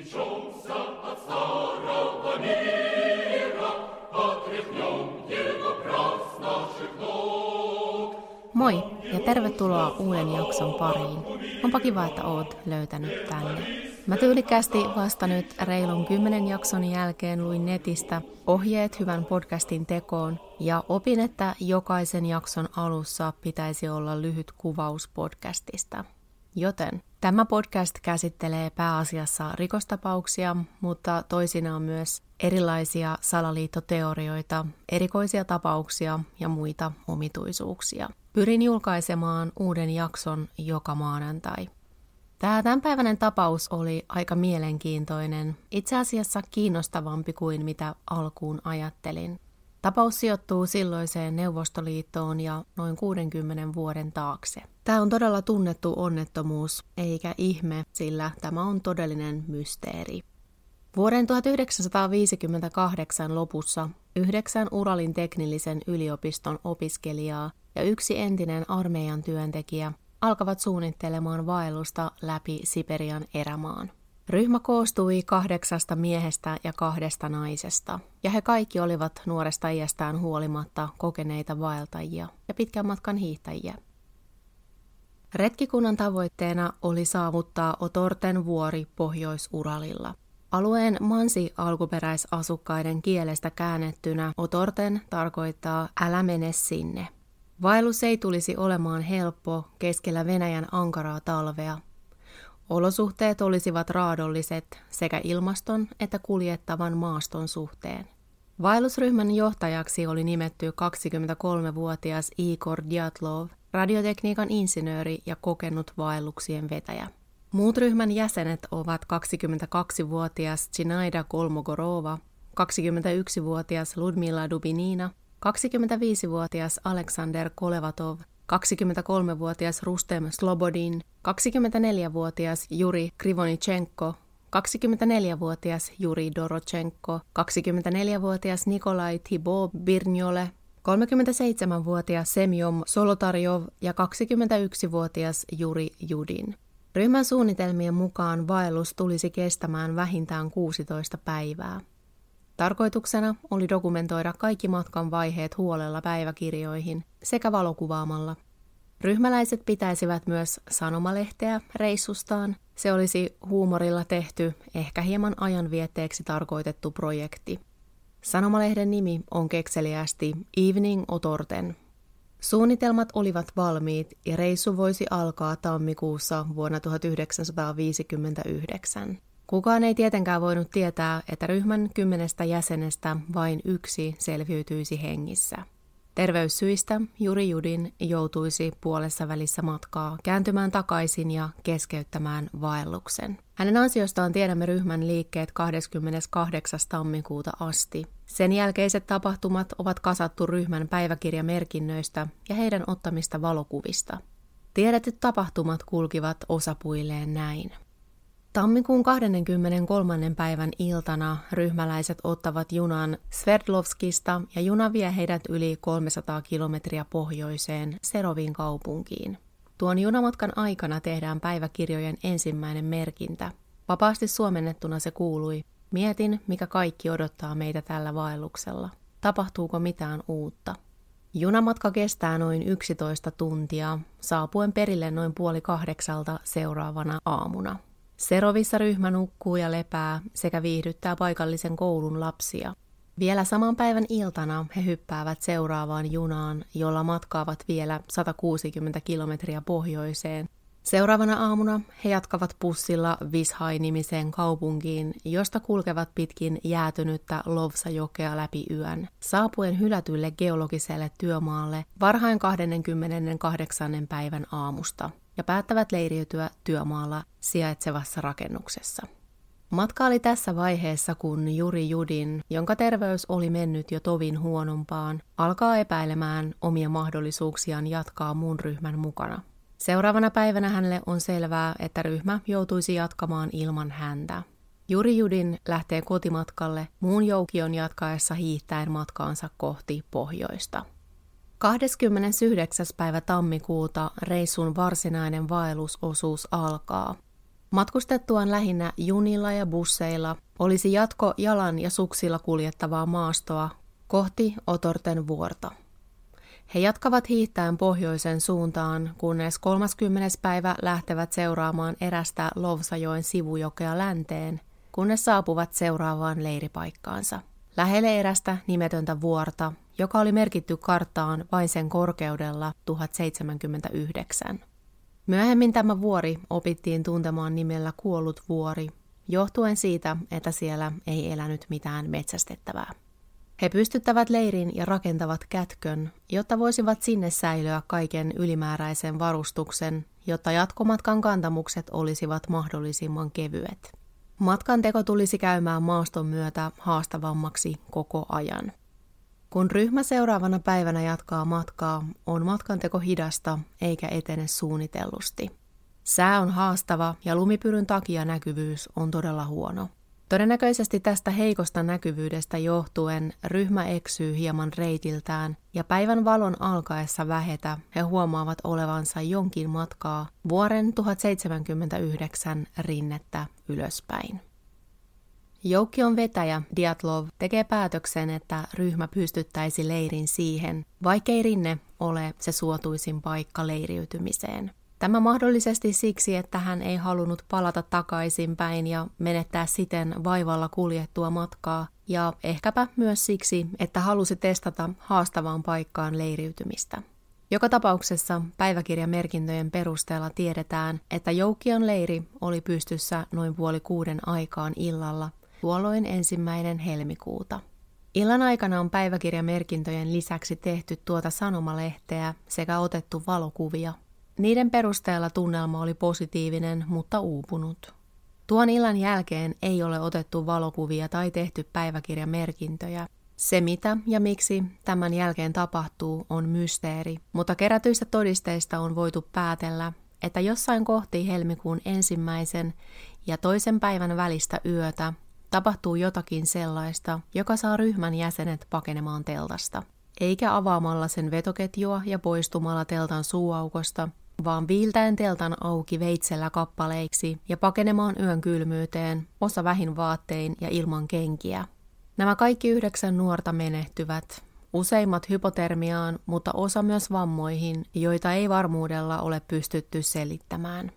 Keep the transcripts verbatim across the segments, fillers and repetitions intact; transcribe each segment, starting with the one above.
Moi ja tervetuloa uuden jakson pariin. Onpa kiva, että oot löytänyt tänne. Mä tyylikkäästi vasta nyt reilun kymmenen jakson jälkeen luin netistä ohjeet hyvän podcastin tekoon ja opin, että jokaisen jakson alussa pitäisi olla lyhyt kuvaus podcastista. Joten tämä podcast käsittelee pääasiassa rikostapauksia, mutta toisinaan myös erilaisia salaliittoteorioita, erikoisia tapauksia ja muita omituisuuksia. Pyrin julkaisemaan uuden jakson joka maanantai. Tämä tämänpäiväinen tapaus oli aika mielenkiintoinen, itse asiassa kiinnostavampi kuin mitä alkuun ajattelin. Tapaus sijoittuu silloiseen Neuvostoliittoon ja noin kuudenkymmenen vuoden taakse. Tämä on todella tunnettu onnettomuus, eikä ihme, sillä tämä on todellinen mysteeri. Vuoden tuhatyhdeksänsataaviisikymmentäkahdeksan lopussa yhdeksän Uralin teknillisen yliopiston opiskelijaa ja yksi entinen armeijan työntekijä alkavat suunnittelemaan vaellusta läpi Siperian erämaan. Ryhmä koostui kahdeksasta miehestä ja kahdesta naisesta, ja he kaikki olivat nuoresta iästään huolimatta kokeneita vaeltajia ja pitkän matkan hiihtäjiä. Retkikunnan tavoitteena oli saavuttaa Otorten vuori Pohjois-Uralilla. Alueen mansi-alkuperäisasukkaiden kielestä käännettynä Otorten tarkoittaa älä mene sinne. Vaellus ei tulisi olemaan helppo keskellä Venäjän ankaraa talvea. Olosuhteet olisivat raadolliset sekä ilmaston että kuljettavan maaston suhteen. Vaellusryhmän johtajaksi oli nimetty kaksikymmentäkolmevuotias Igor Djatlov, radiotekniikan insinööri ja kokenut vaelluksien vetäjä. Muut ryhmän jäsenet ovat kaksikymmentäkaksivuotias Zinaida Kolmogorova, kaksikymmentäyksivuotias Ludmila Dubinina, kaksikymmentäviisivuotias Aleksander Kolevatov, kaksikymmentäkolmevuotias Rustem Slobodin, kaksikymmentäneljävuotias Juri Krivonichenko, kaksikymmentäneljävuotias Juri Dorochenko, kaksikymmentäneljävuotias Nikolai Thibaut Birnjole, kolmekymmentäseitsemänvuotias Semyon Solotarjov ja kaksikymmentäyksivuotias Juri Judin. Ryhmän suunnitelmien mukaan vaellus tulisi kestämään vähintään kuusitoista päivää. Tarkoituksena oli dokumentoida kaikki matkan vaiheet huolella päiväkirjoihin sekä valokuvaamalla. Ryhmäläiset pitäisivät myös sanomalehteä reissustaan. Se olisi huumorilla tehty, ehkä hieman ajanvietteeksi tarkoitettu projekti. Sanomalehden nimi on kekseliästi Evening Otorten. Suunnitelmat olivat valmiit ja reissu voisi alkaa tammikuussa vuonna tuhatyhdeksänsataaviisikymmentäyhdeksän. Kukaan ei tietenkään voinut tietää, että ryhmän kymmenestä jäsenestä vain yksi selviytyisi hengissä. Terveyssyistä Juri Judin joutuisi puolessa välissä matkaa kääntymään takaisin ja keskeyttämään vaelluksen. Hänen ansiostaan tiedämme ryhmän liikkeet kahdeskymmeneskahdeksas tammikuuta asti. Sen jälkeiset tapahtumat ovat kasattu ryhmän päiväkirjamerkinnöistä ja heidän ottamista valokuvista. Tiedetyt tapahtumat kulkivat osapuilleen näin. Tammikuun kahdeskymmeneskolmas päivän iltana ryhmäläiset ottavat junan Sverdlovskista ja juna vie heidät yli kolmesataa kilometriä pohjoiseen Serovin kaupunkiin. Tuon junamatkan aikana tehdään päiväkirjojen ensimmäinen merkintä. Vapaasti suomennettuna se kuului: mietin, mikä kaikki odottaa meitä tällä vaelluksella. Tapahtuuko mitään uutta? Junamatka kestää noin yksitoista tuntia, saapuen perille noin puoli kahdeksalta seuraavana aamuna. Serovissa ryhmä nukkuu ja lepää sekä viihdyttää paikallisen koulun lapsia. Vielä saman päivän iltana he hyppäävät seuraavaan junaan, jolla matkaavat vielä sata kuusikymmentä kilometriä pohjoiseen. Seuraavana aamuna he jatkavat bussilla Vishai-nimiseen kaupunkiin, josta kulkevat pitkin jäätynyttä Lovsa-jokea läpi yön, saapuen hylätylle geologiselle työmaalle varhain kahdeskymmeneskahdeksas päivän aamusta ja päättävät leiriytyä työmaalla sijaitsevassa rakennuksessa. Matka oli tässä vaiheessa, kun Juri Judin, jonka terveys oli mennyt jo tovin huonompaan, alkaa epäilemään omia mahdollisuuksiaan jatkaa muun ryhmän mukana. Seuraavana päivänä hänelle on selvää, että ryhmä joutuisi jatkamaan ilman häntä. Juri Judin lähtee kotimatkalle muun joukion jatkaessa hiihtäen matkaansa kohti pohjoista. kahdeskymmenesyhdeksäs päivä tammikuuta reissun varsinainen vaellusosuus alkaa. Matkustettuaan lähinnä junilla ja busseilla olisi jatko jalan ja suksilla kuljettavaa maastoa kohti Otorten vuorta. He jatkavat hiihtäen pohjoisen suuntaan, kunnes kolmaskymmenes päivä lähtevät seuraamaan erästä Lovsajoen sivujokea länteen, kunnes saapuvat seuraavaan leiripaikkaansa. Lähelle erästä nimetöntä vuorta, joka oli merkitty karttaan vain sen korkeudella tuhat seitsemänkymmentäyhdeksän. Myöhemmin tämä vuori opittiin tuntemaan nimellä Kuollut vuori, johtuen siitä, että siellä ei elänyt mitään metsästettävää. He pystyttävät leirin ja rakentavat kätkön, jotta voisivat sinne säilöä kaiken ylimääräisen varustuksen, jotta jatkomatkan kantamukset olisivat mahdollisimman kevyet. Matkan teko tulisi käymään maaston myötä haastavammaksi koko ajan. Kun ryhmä seuraavana päivänä jatkaa matkaa, on matkanteko hidasta eikä etene suunnitellusti. Sää on haastava ja lumipyryn takia näkyvyys on todella huono. Todennäköisesti tästä heikosta näkyvyydestä johtuen ryhmä eksyy hieman reitiltään ja päivän valon alkaessa vähetä he huomaavat olevansa jonkin matkaa vuoren tuhat seitsemänkymmentäyhdeksän rinnettä ylöspäin. Joukkion vetäjä Dyatlov tekee päätöksen, että ryhmä pystyttäisi leirin siihen, vaikkei rinne ole se suotuisin paikka leiriytymiseen. Tämä mahdollisesti siksi, että hän ei halunnut palata takaisinpäin ja menettää siten vaivalla kuljettua matkaa, ja ehkäpä myös siksi, että halusi testata haastavaan paikkaan leiriytymistä. Joka tapauksessa päiväkirjamerkintöjen perusteella tiedetään, että Joukkion leiri oli pystyssä noin puoli kuuden aikaan illalla, tuolloin ensimmäinen helmikuuta. Illan aikana on päiväkirjamerkintöjen lisäksi tehty tuota sanomalehteä sekä otettu valokuvia. Niiden perusteella tunnelma oli positiivinen, mutta uupunut. Tuon illan jälkeen ei ole otettu valokuvia tai tehty päiväkirjamerkintöjä. Se mitä ja miksi tämän jälkeen tapahtuu on mysteeri, mutta kerätyistä todisteista on voitu päätellä, että jossain kohti helmikuun ensimmäisen ja toisen päivän välistä yötä tapahtuu jotakin sellaista, joka saa ryhmän jäsenet pakenemaan teltasta. Eikä avaamalla sen vetoketjua ja poistumalla teltan suuaukosta, vaan viiltäen teltan auki veitsellä kappaleiksi ja pakenemaan yön kylmyyteen, osa vähin vaattein ja ilman kenkiä. Nämä kaikki yhdeksän nuorta menehtyvät, useimmat hypotermiaan, mutta osa myös vammoihin, joita ei varmuudella ole pystytty selittämään.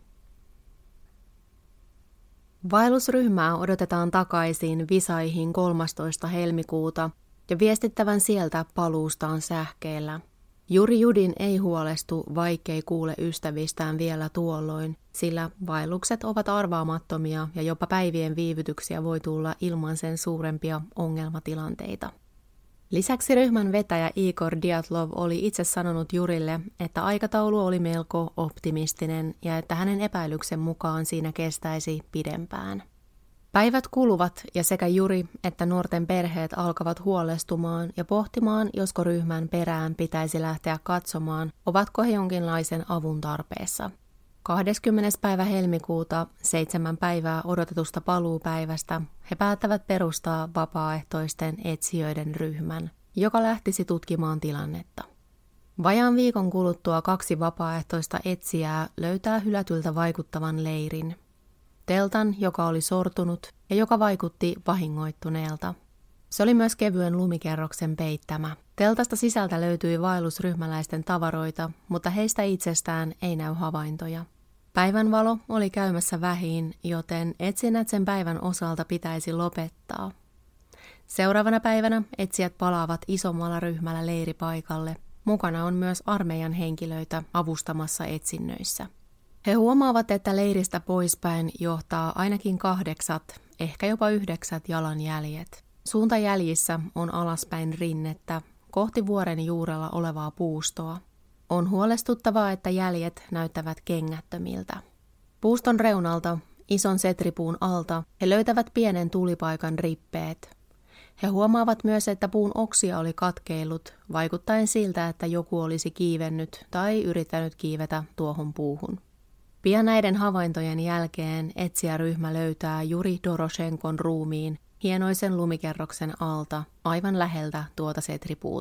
Vaellusryhmää odotetaan takaisin Visaihin kolmastoista helmikuuta ja viestittävän sieltä paluustaan sähkeellä. Juri Judin ei huolestu, vaikkei kuule ystävistään vielä tuolloin, sillä vaellukset ovat arvaamattomia ja jopa päivien viivytyksiä voi tulla ilman sen suurempia ongelmatilanteita. Lisäksi ryhmän vetäjä Igor Dyatlov oli itse sanonut Jurille, että aikataulu oli melko optimistinen ja että hänen epäilyksen mukaan siinä kestäisi pidempään. Päivät kuluvat ja sekä Juri että nuorten perheet alkavat huolestumaan ja pohtimaan, josko ryhmän perään pitäisi lähteä katsomaan, ovatko he jonkinlaisen avun tarpeessa. kahdeskymmenes päivä helmikuuta, seitsemän päivää odotetusta paluupäivästä, he päättävät perustaa vapaaehtoisten etsijöiden ryhmän, joka lähtisi tutkimaan tilannetta. Vajaan viikon kuluttua kaksi vapaaehtoista etsijää löytää hylätyltä vaikuttavan leirin. Teltan, joka oli sortunut ja joka vaikutti vahingoittuneelta. Se oli myös kevyen lumikerroksen peittämä. Teltasta sisältä löytyi vaellusryhmäläisten tavaroita, mutta heistä itsestään ei näy havaintoja. Päivänvalo oli käymässä vähiin, joten etsinnät sen päivän osalta pitäisi lopettaa. Seuraavana päivänä etsijät palaavat isommalla ryhmällä leiripaikalle. Mukana on myös armeijan henkilöitä avustamassa etsinnöissä. He huomaavat, että leiristä poispäin johtaa ainakin kahdeksat, ehkä jopa yhdeksät jalanjäljet. Suuntajäljissä on alaspäin rinnettä, kohti vuoren juurella olevaa puustoa. On huolestuttavaa, että jäljet näyttävät kengättömiltä. Puuston reunalta, ison setripuun alta, he löytävät pienen tulipaikan rippeet. He huomaavat myös, että puun oksia oli katkeillut, vaikuttaen siltä, että joku olisi kiivennyt tai yrittänyt kiivetä tuohon puuhun. Pian näiden havaintojen jälkeen etsijäryhmä löytää Juri Doroshenkon ruumiin hienoisen lumikerroksen alta, aivan läheltä tuota setripuuta.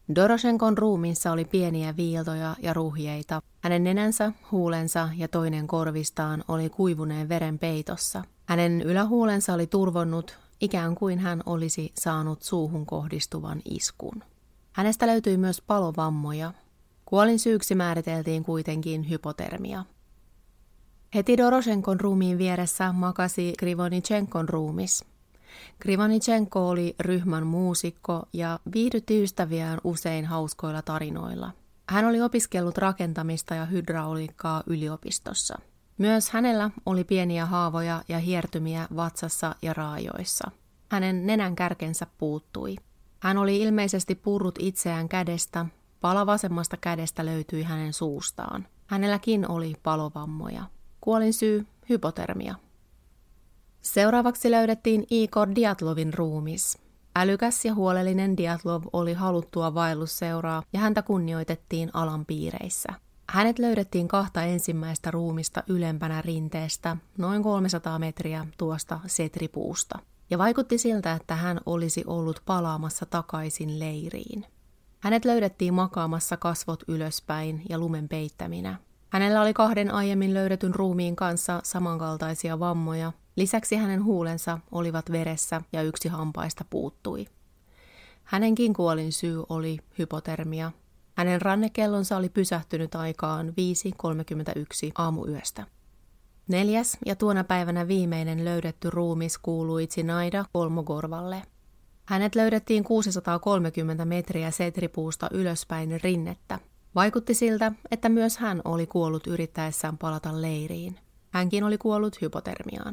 Doroshenkon ruumiissa oli pieniä viiltoja ja ruhjeita. Hänen nenänsä, huulensa ja toinen korvistaan oli kuivuneen veren peitossa. Hänen ylähuulensa oli turvonnut, ikään kuin hän olisi saanut suuhun kohdistuvan iskun. Hänestä löytyi myös palovammoja. Kuolin syyksi määriteltiin kuitenkin hypotermia. Heti Doroshenkon ruumiin vieressä makasi Krivonichenkon ruumis. Krivonichenko oli ryhmän muusikko ja viihdytti ystäviään usein hauskoilla tarinoilla. Hän oli opiskellut rakentamista ja hydrauliikkaa yliopistossa. Myös hänellä oli pieniä haavoja ja hiertymiä vatsassa ja raajoissa. Hänen nenän kärkensä puuttui. Hän oli ilmeisesti purrut itseään kädestä. Pala vasemmasta kädestä löytyi hänen suustaan. Hänelläkin oli palovammoja. Kuolinsyy hypotermia. Seuraavaksi löydettiin Igor Diatlovin ruumis. Älykäs ja huolellinen Diatlov oli haluttua vaellusseuraa ja häntä kunnioitettiin alan piireissä. Hänet löydettiin kahta ensimmäistä ruumista ylempänä rinteestä, noin kolmesataa metriä tuosta setripuusta, ja vaikutti siltä, että hän olisi ollut palaamassa takaisin leiriin. Hänet löydettiin makaamassa kasvot ylöspäin ja lumen peittäminä. Hänellä oli kahden aiemmin löydetyn ruumiin kanssa samankaltaisia vammoja. Lisäksi hänen huulensa olivat veressä ja yksi hampaista puuttui. Hänenkin kuolin syy oli hypotermia. Hänen rannekellonsa oli pysähtynyt aikaan viisi kolmekymmentäyksi aamuyöstä. Neljäs ja tuona päivänä viimeinen löydetty ruumis kuului Zinaida Kolmogorvalle. Hänet löydettiin kuusisataakolmekymmentä metriä setripuusta ylöspäin rinnettä. Vaikutti siltä, että myös hän oli kuollut yrittäessään palata leiriin. Hänkin oli kuollut hypotermiaan.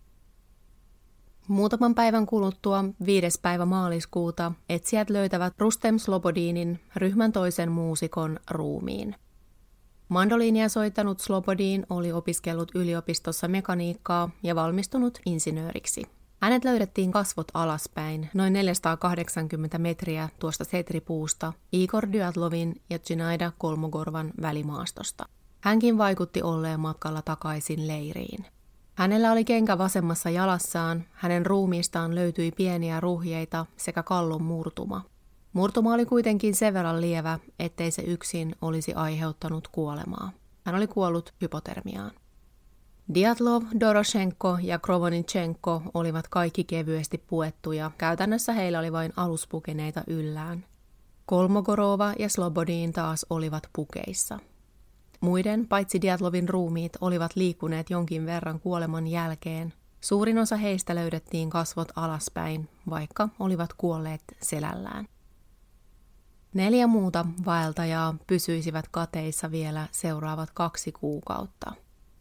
Muutaman päivän kuluttua, viides päivä maaliskuuta, etsijät löytävät Rustem Slobodinin, ryhmän toisen muusikon, ruumiin. Mandoliinia soittanut Slobodin oli opiskellut yliopistossa mekaniikkaa ja valmistunut insinööriksi. Hänet löydettiin kasvot alaspäin, noin neljäsataakahdeksankymmentä metriä tuosta setripuusta, Igor Diatlovin ja Zinaida Kolmogorvan välimaastosta. Hänkin vaikutti olleen matkalla takaisin leiriin. Hänellä oli kenkä vasemmassa jalassaan, hänen ruumiistaan löytyi pieniä ruhjeita sekä kallon murtuma. Murtuma oli kuitenkin sen verran lievä, ettei se yksin olisi aiheuttanut kuolemaa. Hän oli kuollut hypotermiaan. Diatlov, Doroshenko ja Krivonichenkko olivat kaikki kevyesti puettuja, käytännössä heillä oli vain aluspukeneita yllään. Kolmogorova ja Slobodin taas olivat pukeissa. Muiden, paitsi Diatlovin ruumiit, olivat liikkuneet jonkin verran kuoleman jälkeen. Suurin osa heistä löydettiin kasvot alaspäin, vaikka olivat kuolleet selällään. Neljä muuta vaeltajaa pysyisivät kateissa vielä seuraavat kaksi kuukautta.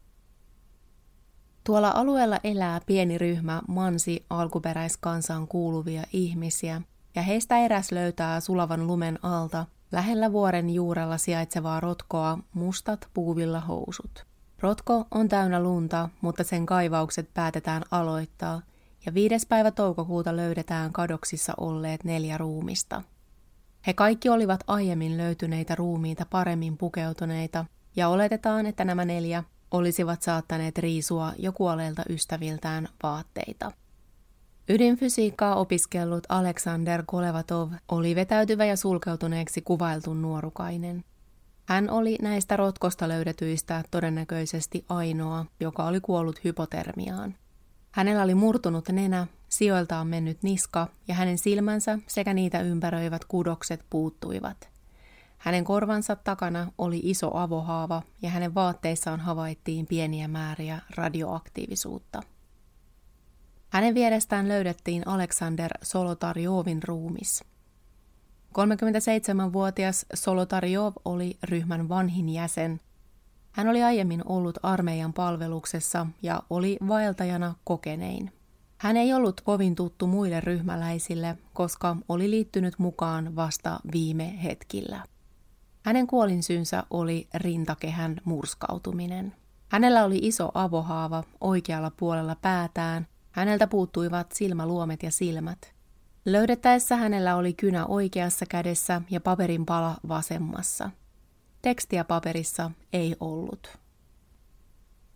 Tuolla alueella elää pieni ryhmä mansi alkuperäiskansaan kuuluvia ihmisiä, ja heistä eräs löytää sulavan lumen alta lähellä vuoren juurella sijaitsevaa rotkoa mustat puuvilla housut. Rotko on täynnä lunta, mutta sen kaivaukset päätetään aloittaa, ja viides päivä toukokuuta löydetään kadoksissa olleet neljä ruumista. He kaikki olivat aiemmin löytyneitä ruumiita paremmin pukeutuneita, ja oletetaan, että nämä neljä olisivat saattaneet riisua jo kuolleilta ystäviltään vaatteita. Ydinfysiikkaa opiskellut Aleksander Kolevatov oli vetäytyvä ja sulkeutuneeksi kuvailtu nuorukainen. Hän oli näistä rotkosta löydetyistä todennäköisesti ainoa, joka oli kuollut hypotermiaan. Hänellä oli murtunut nenä, sijoiltaan mennyt niska ja hänen silmänsä sekä niitä ympäröivät kudokset puuttuivat. Hänen korvansa takana oli iso avohaava ja hänen vaatteissaan havaittiin pieniä määriä radioaktiivisuutta. Hänen vierestään löydettiin Aleksander Solotarjovin ruumis. kolmekymmentäseitsemänvuotias Solotarjov oli ryhmän vanhin jäsen. Hän oli aiemmin ollut armeijan palveluksessa ja oli vaeltajana kokenein. Hän ei ollut kovin tuttu muille ryhmäläisille, koska oli liittynyt mukaan vasta viime hetkillä. Hänen kuolinsyynsä oli rintakehän murskautuminen. Hänellä oli iso avohaava oikealla puolella päätään. Häneltä puuttuivat silmäluomet ja silmät. Löydettäessä hänellä oli kynä oikeassa kädessä ja paperinpala vasemmassa. Tekstiä paperissa ei ollut.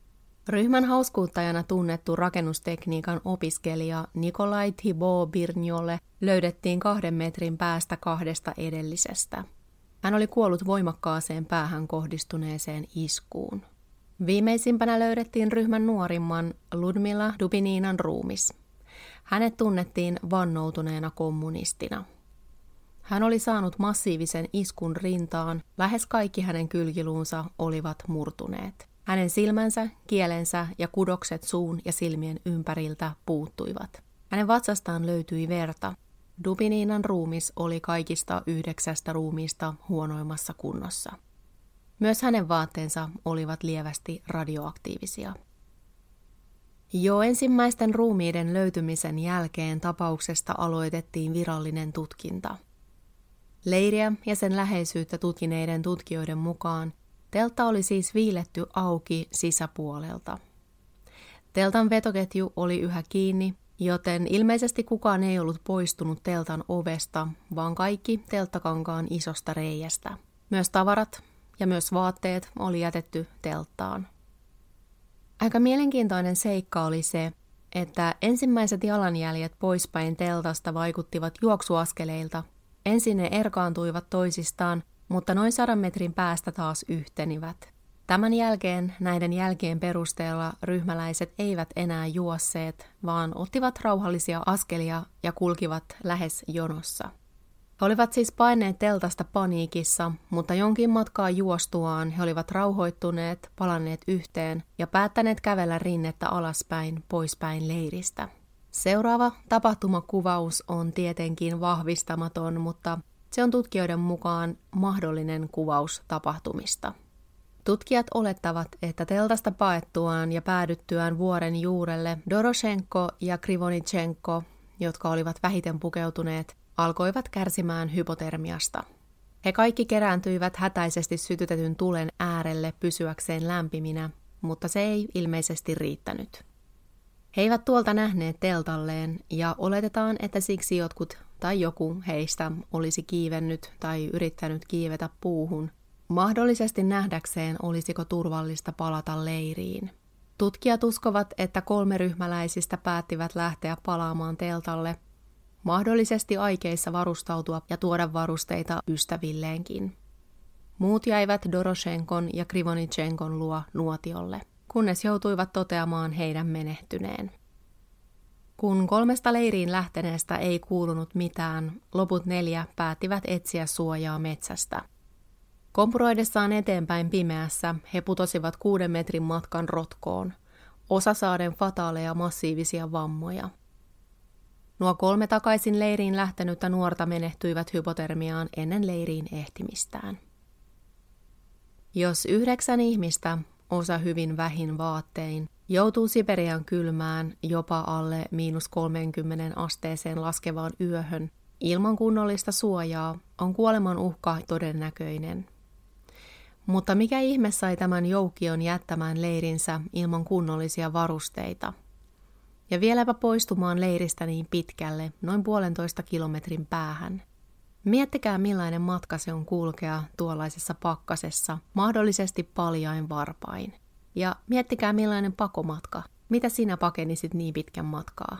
Ryhmän hauskuuttajana tunnettu rakennustekniikan opiskelija Nikolai Thibault-Birniolle löydettiin kahden metrin päästä kahdesta edellisestä. Hän oli kuollut voimakkaaseen päähän kohdistuneeseen iskuun. Viimeisimpänä löydettiin ryhmän nuorimman Ludmila Dubininan ruumis. Hänet tunnettiin vannoutuneena kommunistina. Hän oli saanut massiivisen iskun rintaan, lähes kaikki hänen kylkiluunsa olivat murtuneet. Hänen silmänsä, kielensä ja kudokset suun ja silmien ympäriltä puuttuivat. Hänen vatsastaan löytyi verta. Dubininan ruumis oli kaikista yhdeksästä ruumiista huonoimmassa kunnossa. Myös hänen vaatteensa olivat lievästi radioaktiivisia. Jo ensimmäisten ruumiiden löytymisen jälkeen tapauksesta aloitettiin virallinen tutkinta. Leiriä ja sen läheisyyttä tutkineiden tutkijoiden mukaan teltta oli siis viiletty auki sisäpuolelta. Teltan vetoketju oli yhä kiinni, joten ilmeisesti kukaan ei ollut poistunut teltan ovesta, vaan kaikki telttakankaan isosta reiästä. Myös tavarat ja myös vaatteet oli jätetty telttaan. Aika mielenkiintoinen seikka oli se, että ensimmäiset jalanjäljet poispäin teltasta vaikuttivat juoksuaskeleilta. Ensin ne erkaantuivat toisistaan, mutta noin sadan metrin päästä taas yhtenivät. Tämän jälkeen näiden jälkien perusteella ryhmäläiset eivät enää juosseet, vaan ottivat rauhallisia askelia ja kulkivat lähes jonossa. He olivat siis paineet teltasta paniikissa, mutta jonkin matkaa juostuaan he olivat rauhoittuneet, palanneet yhteen ja päättäneet kävellä rinnettä alaspäin poispäin leiristä. Seuraava tapahtumakuvaus on tietenkin vahvistamaton, mutta se on tutkijoiden mukaan mahdollinen kuvaus tapahtumista. Tutkijat olettavat, että teltasta paettuaan ja päädyttyään vuoren juurelle Doroshenko ja Krivonichenko, jotka olivat vähiten pukeutuneet, alkoivat kärsimään hypotermiasta. He kaikki kerääntyivät hätäisesti sytytetyn tulen äärelle pysyäkseen lämpiminä, mutta se ei ilmeisesti riittänyt. He eivät tuolta nähneet teltalleen ja oletetaan, että siksi jotkut tai joku heistä olisi kiivennyt tai yrittänyt kiivetä puuhun, mahdollisesti nähdäkseen olisiko turvallista palata leiriin. Tutkijat uskovat, että kolme ryhmäläisistä päättivät lähteä palaamaan teltalle, mahdollisesti aikeissa varustautua ja tuoda varusteita ystävilleenkin. Muut jäivät Doroshenkon ja Krivonichenkon luo nuotiolle, kunnes joutuivat toteamaan heidän menehtyneen. Kun kolmesta leiriin lähteneestä ei kuulunut mitään, loput neljä päättivät etsiä suojaa metsästä. Kompuroidessaan eteenpäin pimeässä he putosivat kuuden metrin matkan rotkoon, osa saaden fataaleja massiivisia vammoja. Nuo kolme takaisin leiriin lähtenyttä nuorta menehtyivät hypotermiaan ennen leiriin ehtimistään. Jos yhdeksän ihmistä, osa hyvin vähin vaattein, joutuu Siperian kylmään jopa alle miinus kolmeenkymmeneen asteeseen laskevaan yöhön, ilman kunnollista suojaa on kuoleman uhka todennäköinen. Mutta mikä ihme sai tämän joukkion jättämään leirinsä ilman kunnollisia varusteita? Ja vieläpä poistumaan leiristä niin pitkälle, noin puolentoista kilometrin päähän. Miettikää millainen matka se on kulkea tuollaisessa pakkasessa, mahdollisesti paljain varpain. Ja miettikää millainen pakomatka, mitä sinä pakenisit niin pitkän matkaa.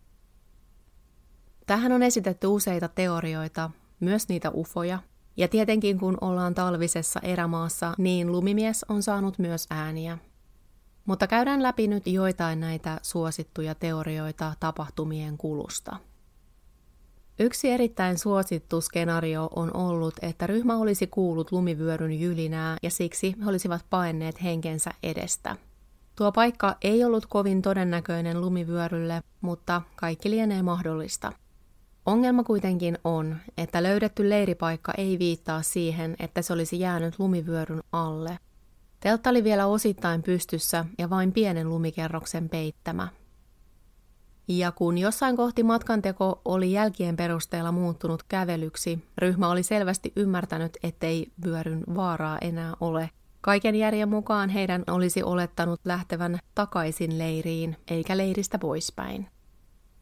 Tähän on esitetty useita teorioita, myös niitä ufoja. Ja tietenkin kun ollaan talvisessa erämaassa, niin lumimies on saanut myös ääniä. Mutta käydään läpi nyt joitain näitä suosittuja teorioita tapahtumien kulusta. Yksi erittäin suosittu skenaario on ollut, että ryhmä olisi kuullut lumivyöryn jylinää ja siksi he olisivat paenneet henkensä edestä. Tuo paikka ei ollut kovin todennäköinen lumivyörylle, mutta kaikki lienee mahdollista. Ongelma kuitenkin on, että löydetty leiripaikka ei viittaa siihen, että se olisi jäänyt lumivyöryn alle. Teltta oli vielä osittain pystyssä ja vain pienen lumikerroksen peittämä. Ja kun jossain kohti matkanteko oli jälkien perusteella muuttunut kävelyksi, ryhmä oli selvästi ymmärtänyt, ettei vyöryn vaaraa enää ole. Kaiken järjen mukaan heidän olisi olettanut lähtevän takaisin leiriin, eikä leiristä poispäin.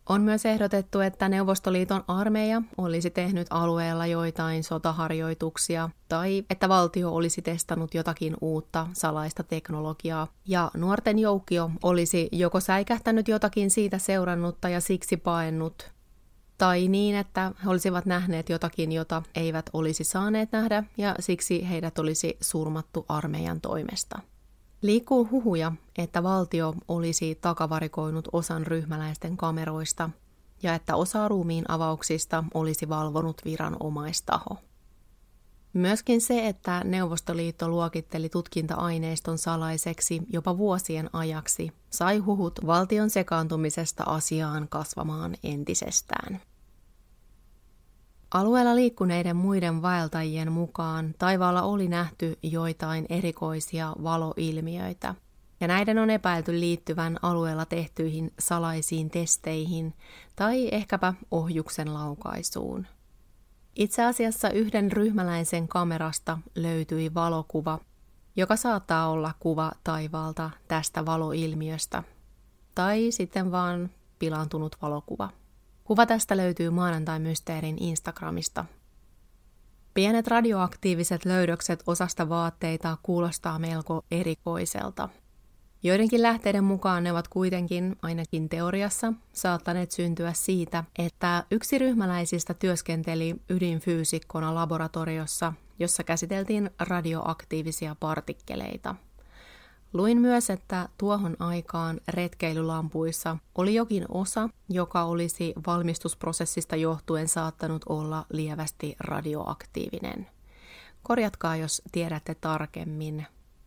On myös ehdotettu, että Neuvostoliiton armeija olisi tehnyt alueella joitain sotaharjoituksia tai että valtio olisi testannut jotakin uutta salaista teknologiaa ja nuorten joukkio olisi joko säikähtänyt jotakin siitä seurannutta ja siksi paennut tai niin, että he olisivat nähneet jotakin, jota eivät olisi saaneet nähdä ja siksi heidät olisi surmattu armeijan toimesta. Liikkuu huhuja, että valtio olisi takavarikoinut osan ryhmäläisten kameroista ja että osa ruumiin avauksista olisi valvonut viranomaistaho. Myöskin se, että Neuvostoliitto luokitteli tutkinta-aineiston salaiseksi jopa vuosien ajaksi, sai huhut valtion sekaantumisesta asiaan kasvamaan entisestään. Alueella liikkuneiden muiden vaeltajien mukaan taivaalla oli nähty joitain erikoisia valoilmiöitä, ja näiden on epäilty liittyvän alueella tehtyihin salaisiin testeihin tai ehkäpä ohjuksen laukaisuun. Itse asiassa yhden ryhmäläisen kamerasta löytyi valokuva, joka saattaa olla kuva taivaalta tästä valoilmiöstä, tai sitten vaan pilaantunut valokuva. Kuva tästä löytyy Maanantai-mysteerin Instagramista. Pienet radioaktiiviset löydökset osasta vaatteita kuulostaa melko erikoiselta. Joidenkin lähteiden mukaan ne ovat kuitenkin, ainakin teoriassa, saattaneet syntyä siitä, että yksi ryhmäläisistä työskenteli ydinfyysikkona laboratoriossa, jossa käsiteltiin radioaktiivisia partikkeleita. Luin myös, että tuohon aikaan retkeilylampuissa oli jokin osa, joka olisi valmistusprosessista johtuen saattanut olla lievästi radioaktiivinen. Korjatkaa, jos tiedätte tarkemmin.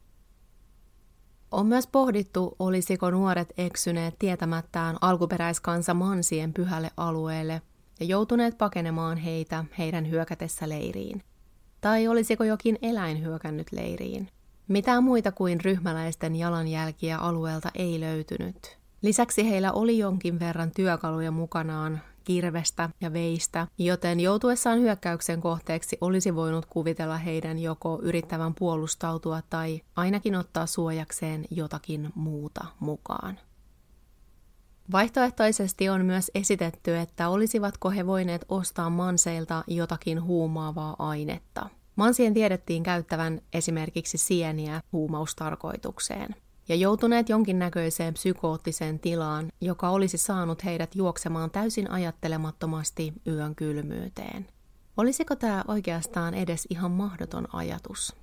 On myös pohdittu, olisiko nuoret eksyneet tietämättään alkuperäiskansa mansien pyhälle alueelle ja joutuneet pakenemaan heitä heidän hyökätessä leiriin. Tai olisiko jokin eläin hyökännyt leiriin. Mitään muita kuin ryhmäläisten jalanjälkiä alueelta ei löytynyt. Lisäksi heillä oli jonkin verran työkaluja mukanaan, kirvestä ja veistä, joten joutuessaan hyökkäyksen kohteeksi olisi voinut kuvitella heidän joko yrittävän puolustautua tai ainakin ottaa suojakseen jotakin muuta mukaan. Vaihtoehtoisesti on myös esitetty, että olisivatko he voineet ostaa manseilta jotakin huumaavaa ainetta. Mansien tiedettiin käyttävän esimerkiksi sieniä huumaustarkoitukseen ja joutuneet jonkinnäköiseen psykoottiseen tilaan, joka olisi saanut heidät juoksemaan täysin ajattelemattomasti yön kylmyyteen. Olisiko tämä oikeastaan edes ihan mahdoton ajatus?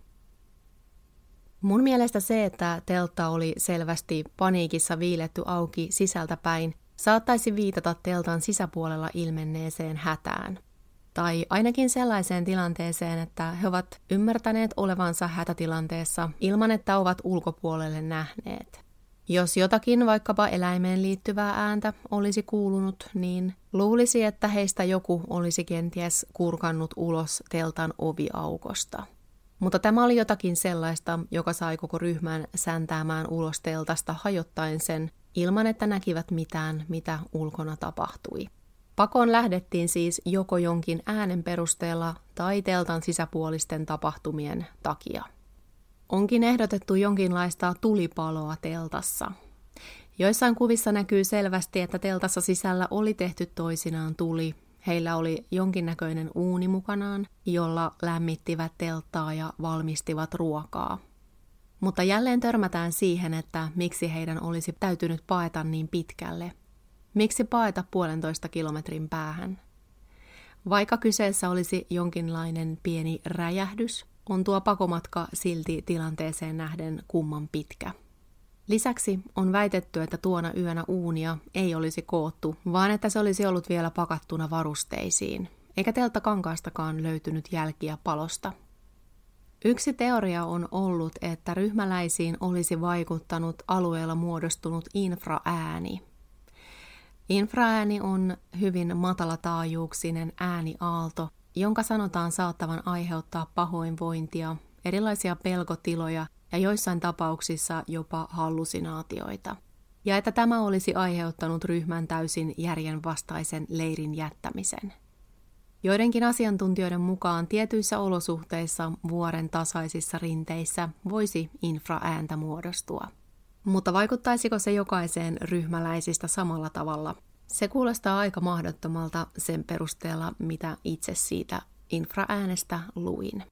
Mun mielestä se, että teltta oli selvästi paniikissa viiletty auki sisältäpäin, saattaisi viitata teltan sisäpuolella ilmenneeseen hätään. Tai ainakin sellaiseen tilanteeseen, että he ovat ymmärtäneet olevansa hätätilanteessa ilman, että ovat ulkopuolelle nähneet. Jos jotakin vaikkapa eläimeen liittyvää ääntä olisi kuulunut, niin luulisi, että heistä joku olisi kenties kurkannut ulos teltan oviaukosta. Mutta tämä oli jotakin sellaista, joka sai koko ryhmän säntäämään ulos teltasta hajottaen sen, ilman että näkivät mitään, mitä ulkona tapahtui. Pakoon lähdettiin siis joko jonkin äänen perusteella tai teltan sisäpuolisten tapahtumien takia. Onkin ehdotettu jonkinlaista tulipaloa teltassa. Joissain kuvissa näkyy selvästi, että teltassa sisällä oli tehty toisinaan tuli. Heillä oli jonkinnäköinen uuni mukanaan, jolla lämmittivät telttaa ja valmistivat ruokaa. Mutta jälleen törmätään siihen, että miksi heidän olisi täytynyt paeta niin pitkälle. Miksi paeta puolentoista kilometrin päähän? Vaikka kyseessä olisi jonkinlainen pieni räjähdys, on tuo pakomatka silti tilanteeseen nähden kumman pitkä. Lisäksi on väitetty, että tuona yönä uunia ei olisi koottu, vaan että se olisi ollut vielä pakattuna varusteisiin, eikä telttakankaastakaan löytynyt jälkiä palosta. Yksi teoria on ollut, että ryhmäläisiin olisi vaikuttanut alueella muodostunut infraääni. Infraääni on hyvin matalataajuuksinen ääniaalto, jonka sanotaan saattavan aiheuttaa pahoinvointia, erilaisia pelkotiloja ja joissain tapauksissa jopa hallusinaatioita. Ja että tämä olisi aiheuttanut ryhmän täysin järjenvastaisen leirin jättämisen. Joidenkin asiantuntijoiden mukaan tietyissä olosuhteissa vuoren tasaisissa rinteissä voisi infraääntä muodostua. Mutta vaikuttaisiko se jokaiseen ryhmäläisistä samalla tavalla? Se kuulostaa aika mahdottomalta sen perusteella, mitä itse siitä infraäänestä luin.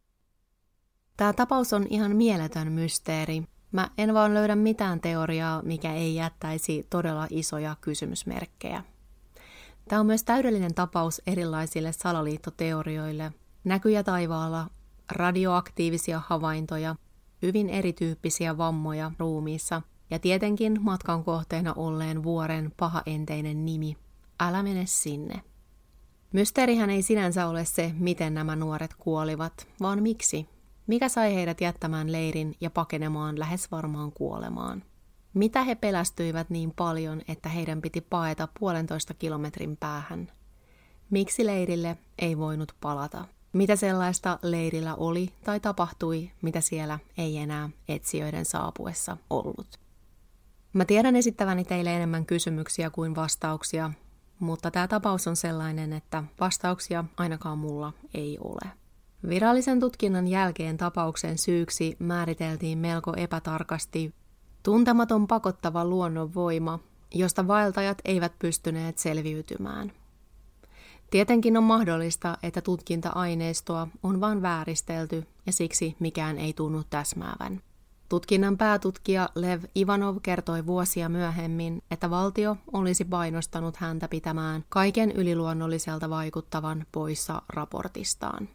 Tämä tapaus on ihan mieletön mysteeri. Mä en vaan löydä mitään teoriaa, mikä ei jättäisi todella isoja kysymysmerkkejä. Tämä on myös täydellinen tapaus erilaisille salaliittoteorioille, näkyjä taivaalla, radioaktiivisia havaintoja, hyvin erityyppisiä vammoja ruumiissa ja tietenkin matkan kohteena olleen vuoren pahaenteinen nimi. Älä mene sinne. Mysteerihän ei sinänsä ole se, miten nämä nuoret kuolivat, vaan miksi. Mikä sai heidät jättämään leirin ja pakenemaan lähes varmaan kuolemaan? Mitä he pelästyivät niin paljon, että heidän piti paeta puolentoista kilometrin päähän? Miksi leirille ei voinut palata? Mitä sellaista leirillä oli tai tapahtui, mitä siellä ei enää etsijöiden saapuessa ollut? Mä tiedän esittäväni teille enemmän kysymyksiä kuin vastauksia, mutta tämä tapaus on sellainen, että vastauksia ainakaan mulla ei ole. Virallisen tutkinnan jälkeen tapauksen syyksi määriteltiin melko epätarkasti tuntematon pakottava luonnonvoima, josta vaeltajat eivät pystyneet selviytymään. Tietenkin on mahdollista, että tutkinta-aineistoa on vain vääristelty ja siksi mikään ei tunnu täsmäävän. Tutkinnan päätutkija Lev Ivanov kertoi vuosia myöhemmin, että valtio olisi painostanut häntä pitämään kaiken yliluonnolliselta vaikuttavan poissa raportistaan.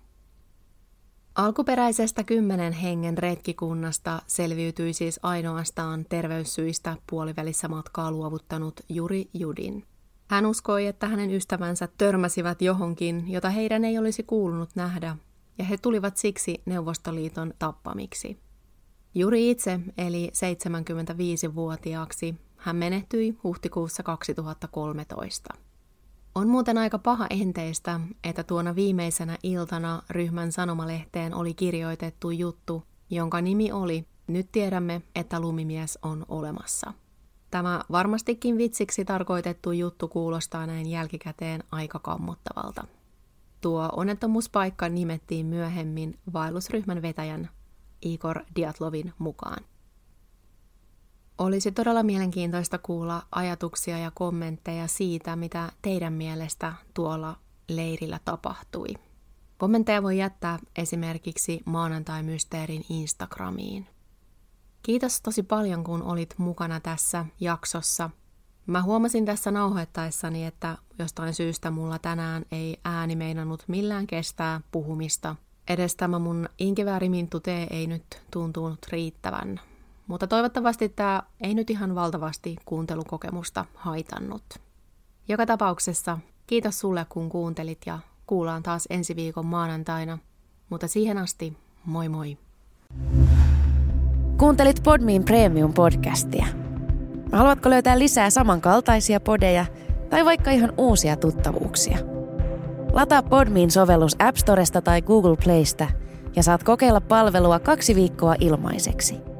Alkuperäisestä kymmenen hengen retkikunnasta selviytyi siis ainoastaan terveyssyistä puolivälissä matkaa luovuttanut Juri Judin. Hän uskoi, että hänen ystävänsä törmäsivät johonkin, jota heidän ei olisi kuulunut nähdä, ja he tulivat siksi Neuvostoliiton tappamiksi. Juri itse eli seitsemänkymmentäviisivuotiaaksi. Hän menehtyi huhtikuussa kaksituhattakolmetoista. On muuten aika paha enteistä, että tuona viimeisenä iltana ryhmän sanomalehteen oli kirjoitettu juttu, jonka nimi oli "Nyt tiedämme, että lumimies on olemassa". Tämä varmastikin vitsiksi tarkoitettu juttu kuulostaa näin jälkikäteen aika kammottavalta. Tuo onnettomuuspaikka nimettiin myöhemmin vaellusryhmän vetäjän Igor Diatlovin mukaan. Olisi todella mielenkiintoista kuulla ajatuksia ja kommentteja siitä, mitä teidän mielestä tuolla leirillä tapahtui. Kommentteja voi jättää esimerkiksi Maanantai-mysteerin Instagramiin. Kiitos tosi paljon, kun olit mukana tässä jaksossa. Mä huomasin tässä nauhoittaessani, että jostain syystä mulla tänään ei ääni meinannut millään kestää puhumista. Edes tämä mun inkivääriminttu tee ei nyt tuntunut riittävän. Mutta toivottavasti tämä ei nyt ihan valtavasti kuuntelukokemusta haitannut. Joka tapauksessa kiitos sulle, kun kuuntelit ja kuullaan taas ensi viikon maanantaina. Mutta siihen asti, moi moi! Kuuntelit Podmin Premium-podcastia. Haluatko löytää lisää samankaltaisia podeja tai vaikka ihan uusia tuttavuuksia? Lataa Podmin sovellus App Storesta tai Google Playsta ja saat kokeilla palvelua kaksi viikkoa ilmaiseksi.